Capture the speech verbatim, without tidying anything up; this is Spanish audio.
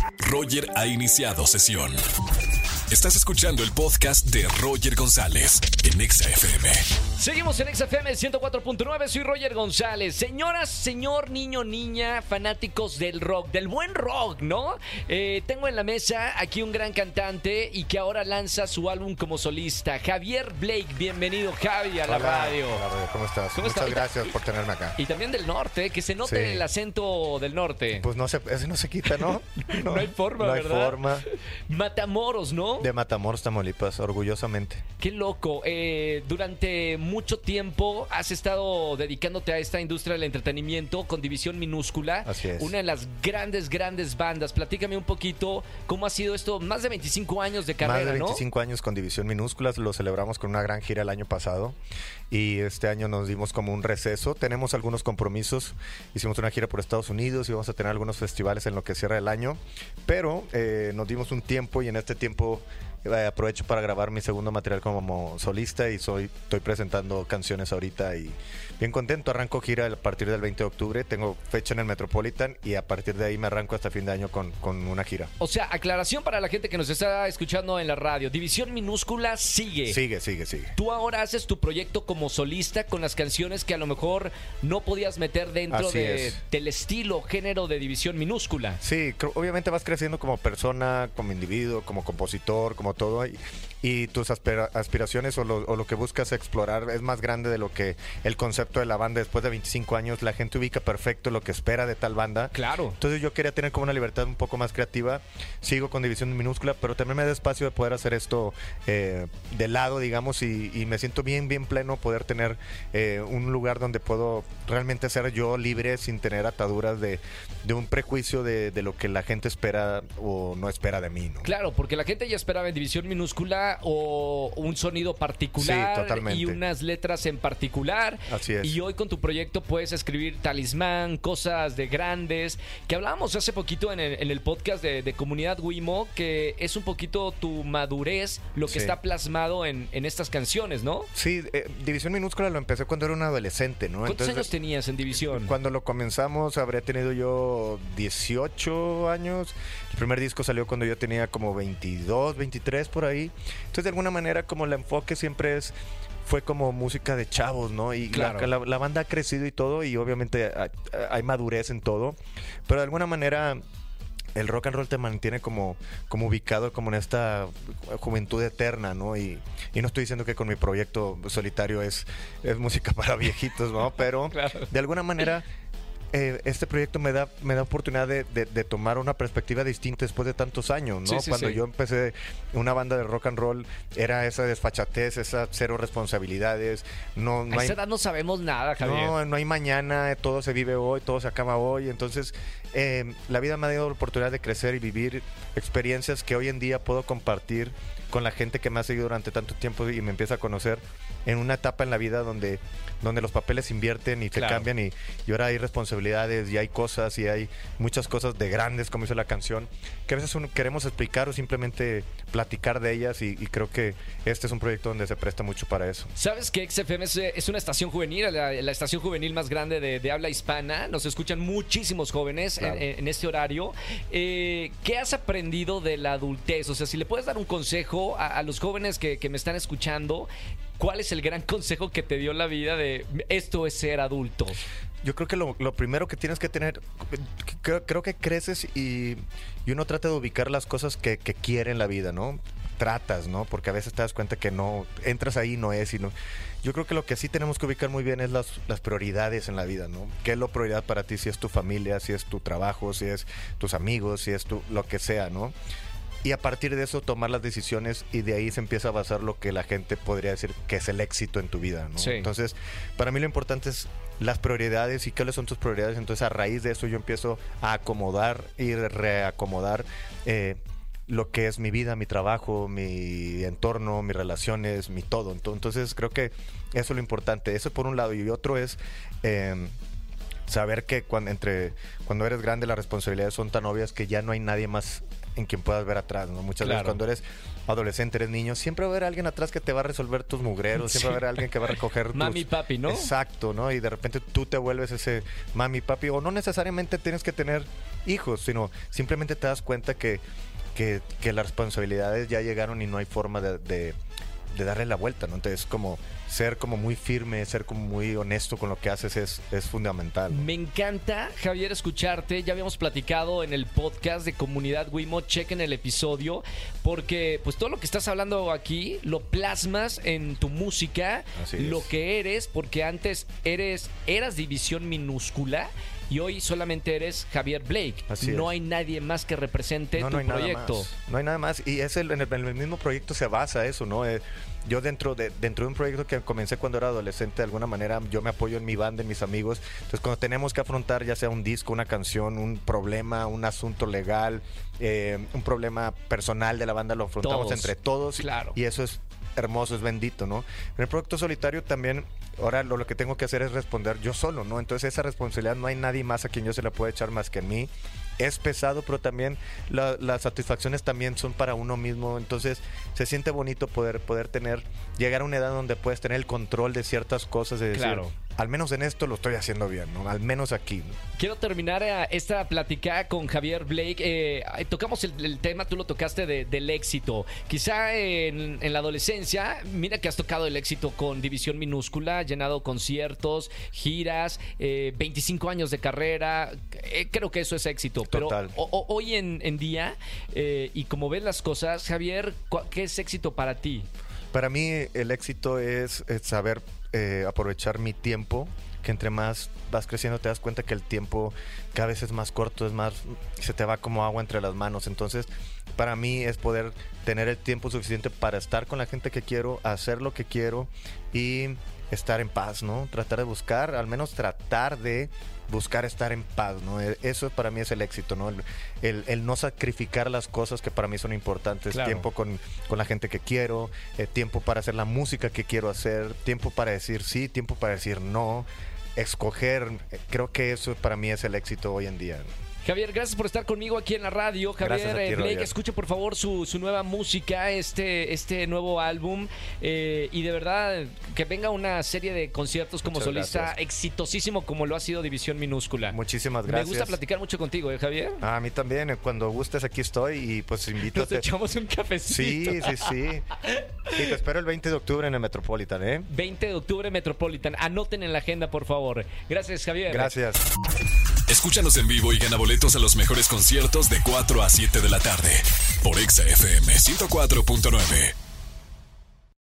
Roger ha iniciado sesión. Estás escuchando el podcast de Roger González en Exa F M. Seguimos en Exa F M ciento cuatro punto nueve, soy Roger González. Señoras, señor, niño, niña, fanáticos del rock, del buen rock, ¿no? Eh, tengo en la mesa aquí un gran cantante y que ahora lanza su álbum como solista, Javier Blake. Bienvenido, Javi, a la Hola, radio. Hola, Roger, ¿cómo estás? ¿Cómo Muchas está? gracias por tenerme acá. Y también del norte, que se note Sí. el acento del norte. Pues no se, ese no se quita, ¿no? No hay forma, no hay ¿verdad? forma. Matamoros, ¿no? De Matamoros, Tamaulipas, orgullosamente. Qué loco. Eh, durante mucho tiempo has estado dedicándote a esta industria del entretenimiento con División Minúscula. Así es. Una de las grandes, grandes bandas. Platícame un poquito cómo ha sido esto. Más de veinticinco años de carrera, Más de ¿no? veinticinco años con División Minúsculas, lo celebramos con una gran gira el año pasado y este año nos dimos como un receso. Tenemos algunos compromisos, hicimos una gira por Estados Unidos y vamos a tener algunos festivales en lo que cierra el año, pero eh, nos dimos un tiempo y en este tiempo eh, aprovecho para grabar mi segundo material como solista y soy, estoy presentando canciones ahorita y bien contento. Arranco gira a partir del veinte de octubre, tengo fecha en el Metropolitan y a partir de ahí me arranco hasta fin de año con, con una gira. O sea, aclaración para la gente que nos está escuchando en la radio. División Minúscula sigue. Sigue, sigue, sigue. Tú ahora haces tu proyecto como solista con las canciones que a lo mejor no podías meter dentro Así de, es. del estilo, género de División Minúscula. Sí, cre- obviamente vas creciendo como persona, como individuo, como compositor, como todo, y, y tus aspira- aspiraciones o lo, o lo que buscas explorar es más grande de lo que el concepto de la banda. Después de veinticinco años, la gente ubica perfecto lo que espera de tal banda. Claro. Entonces yo quería tener como una libertad un poco más creativa. Sigo con División Minúscula, pero también me da espacio de poder hacer esto eh, de lado, digamos, y, y me siento bien, bien pleno poder tener eh, un lugar donde puedo realmente ser yo libre sin tener ataduras de, de un prejuicio de, de lo que la gente espera o no espera de mí, ¿no? Claro, porque la gente ya esperaba en División Minúscula o un sonido particular Sí, totalmente. y unas letras en particular. Así es. Y hoy con tu proyecto puedes escribir Talismán, cosas de grandes, que hablábamos hace poquito en el, en el podcast de, de Comunidad Wimo, que es un poquito tu madurez, lo que Sí. está plasmado en, en estas canciones, ¿no? Sí, eh, División Minúscula lo empecé cuando era un adolescente, ¿no? ¿Cuántos Entonces, años tenías en División? Cuando lo comenzamos habría tenido yo dieciocho años. El primer disco salió cuando yo tenía como veintidós, veintitrés por ahí. Entonces de alguna manera como el enfoque siempre es fue como música de chavos, ¿no? Y Claro. la, la, la banda ha crecido y todo y obviamente hay, hay madurez en todo, pero de alguna manera el rock and roll te mantiene como, como ubicado como en esta juventud eterna, ¿no? Y, y no estoy diciendo que con mi proyecto solitario es, es música para viejitos, ¿no? Pero Claro. de alguna manera eh, este proyecto me da, me da oportunidad de, de, de tomar una perspectiva distinta después de tantos años, ¿no? Sí, sí, Cuando sí. yo empecé una banda de rock and roll era esa desfachatez, esa cero responsabilidades, no, no A hay... esa edad no sabemos nada, Javier. No, no hay mañana, todo se vive hoy, todo se acaba hoy. Entonces, eh, la vida me ha dado la oportunidad de crecer y vivir experiencias que hoy en día puedo compartir con la gente que me ha seguido durante tanto tiempo y me empieza a conocer en una etapa en la vida donde, donde los papeles invierten y te Claro. cambian y, y ahora hay responsabilidades y hay cosas y hay muchas cosas de grandes, como dice la canción, que a veces uno queremos explicar o simplemente platicar de ellas y, y creo que este es un proyecto donde se presta mucho para eso. ¿Sabes que X F M es, es una estación juvenil, la, la estación juvenil más grande de, de habla hispana? Nos escuchan muchísimos jóvenes Claro. en, en este horario. Eh, ¿Qué has aprendido de la adultez? O sea, si le puedes dar un consejo a, a los jóvenes que, que me están escuchando, ¿cuál es el gran consejo que te dio la vida de esto es ser adulto? Yo creo que lo, lo primero que tienes que tener, creo, creo que creces y, y uno trata de ubicar las cosas que, que quiere en la vida, ¿no? Tratas, ¿no? Porque a veces te das cuenta que no, entras ahí y no es. Y no. Yo creo que lo que sí tenemos que ubicar muy bien es las, las prioridades en la vida, ¿no? ¿Qué es lo prioridad para ti? Si es tu familia, si es tu trabajo, si es tus amigos, si es tu, lo que sea, ¿no? Y a partir de eso tomar las decisiones y de ahí se empieza a basar lo que la gente podría decir que es el éxito en tu vida, ¿no? Sí. Entonces, para mí lo importante es las prioridades y cuáles son tus prioridades. Entonces, a raíz de eso yo empiezo a acomodar y reacomodar eh, lo que es mi vida, mi trabajo, mi entorno, mis relaciones, mi todo. Entonces, creo que eso es lo importante. Eso por un lado. Y otro es... Eh, saber que cuando, entre, cuando eres grande las responsabilidades son tan obvias que ya no hay nadie más en quien puedas ver atrás, ¿no? Muchas Claro. veces cuando eres adolescente, eres niño, siempre va a haber alguien atrás que te va a resolver tus mugreros, siempre va a haber alguien que va a recoger tus... Mami, papi, ¿no? Exacto, ¿no? Y de repente tú te vuelves ese mami, papi, o no necesariamente tienes que tener hijos, sino simplemente te das cuenta que, que, que las responsabilidades ya llegaron y no hay forma de, de, de darle la vuelta, ¿no? Entonces, como ser como muy firme, ser como muy honesto con lo que haces es, es fundamental, ¿no? Me encanta, Javier, escucharte. Ya habíamos platicado en el podcast de Comunidad Wimo. Chequen el episodio, porque pues todo lo que estás hablando aquí lo plasmas en tu música, Así es. lo que eres, porque antes eres eras División Minúscula y hoy solamente eres Javier Blake. Así no es. hay nadie más que represente No, tu no hay proyecto. nada más. No hay nada más. Y es el, en, el, en el mismo proyecto se basa eso, ¿no? Eh, yo dentro de, dentro de un proyecto que comencé cuando era adolescente, de alguna manera yo me apoyo en mi banda, en mis amigos. Entonces cuando tenemos que afrontar ya sea un disco, una canción, un problema, un asunto legal, eh, un problema personal de la banda, lo afrontamos Todos. entre todos. Claro. Y eso es hermoso, es bendito, ¿no? En el proyecto solitario también, ahora lo, lo que tengo que hacer es responder yo solo, ¿no? Entonces esa responsabilidad no hay nadie más a quien yo se la pueda echar más que en mí. Es pesado, pero también la, las satisfacciones también son para uno mismo. Entonces se siente bonito poder, poder tener, llegar a una edad donde puedes tener el control de ciertas cosas, de decir, Claro. al menos en esto lo estoy haciendo bien, ¿no? Al menos aquí, ¿no? Quiero terminar eh, esta plática con Javier Blake. Eh, tocamos el, el tema, tú lo tocaste de- del éxito. Quizá en, en la adolescencia, mira que has tocado el éxito con División Minúscula, llenado conciertos, giras, eh, veinticinco años de carrera. Eh, creo que eso es éxito. Pero Total. o- o- hoy en, en día, eh, y como ves las cosas, Javier, ¿cuál- ¿qué es éxito para ti? Para mí el éxito es, es saber eh, aprovechar mi tiempo, que entre más vas creciendo te das cuenta que el tiempo cada vez es más corto, es más, se te va como agua entre las manos. Entonces, para mí es poder tener el tiempo suficiente para estar con la gente que quiero, hacer lo que quiero y estar en paz, ¿no? Tratar de buscar, al menos tratar de buscar estar en paz, ¿no? E- Eso para mí es el éxito, ¿no? El, el- el no sacrificar las cosas que para mí son importantes. Claro. Tiempo con, con la gente que quiero, eh, tiempo para hacer la música que quiero hacer, tiempo para decir sí, tiempo para decir no, escoger. eh, Creo que eso para mí es el éxito hoy en día. Javier, gracias por estar conmigo aquí en la radio. Javier Gracias a ti, eh, Blake, Roger. escuche por favor su, su nueva música, este, este nuevo álbum. eh, y de verdad, que venga una serie de conciertos como Muchas solista gracias. exitosísimo como lo ha sido División Minúscula. Muchísimas gracias. Me gusta platicar mucho contigo, ¿eh, Javier? Ah, a mí también, eh, cuando gustes aquí estoy y pues Nos invítate. echamos un cafecito. Sí, sí, sí. Y te espero el veinte de octubre en el Metropolitan, ¿eh? veinte de octubre Metropolitan. Anoten en la agenda, por favor. Gracias, Javier. Gracias. Escúchanos en vivo y gana boletos a los mejores conciertos de cuatro a siete de la tarde por Exa F M ciento cuatro punto nueve.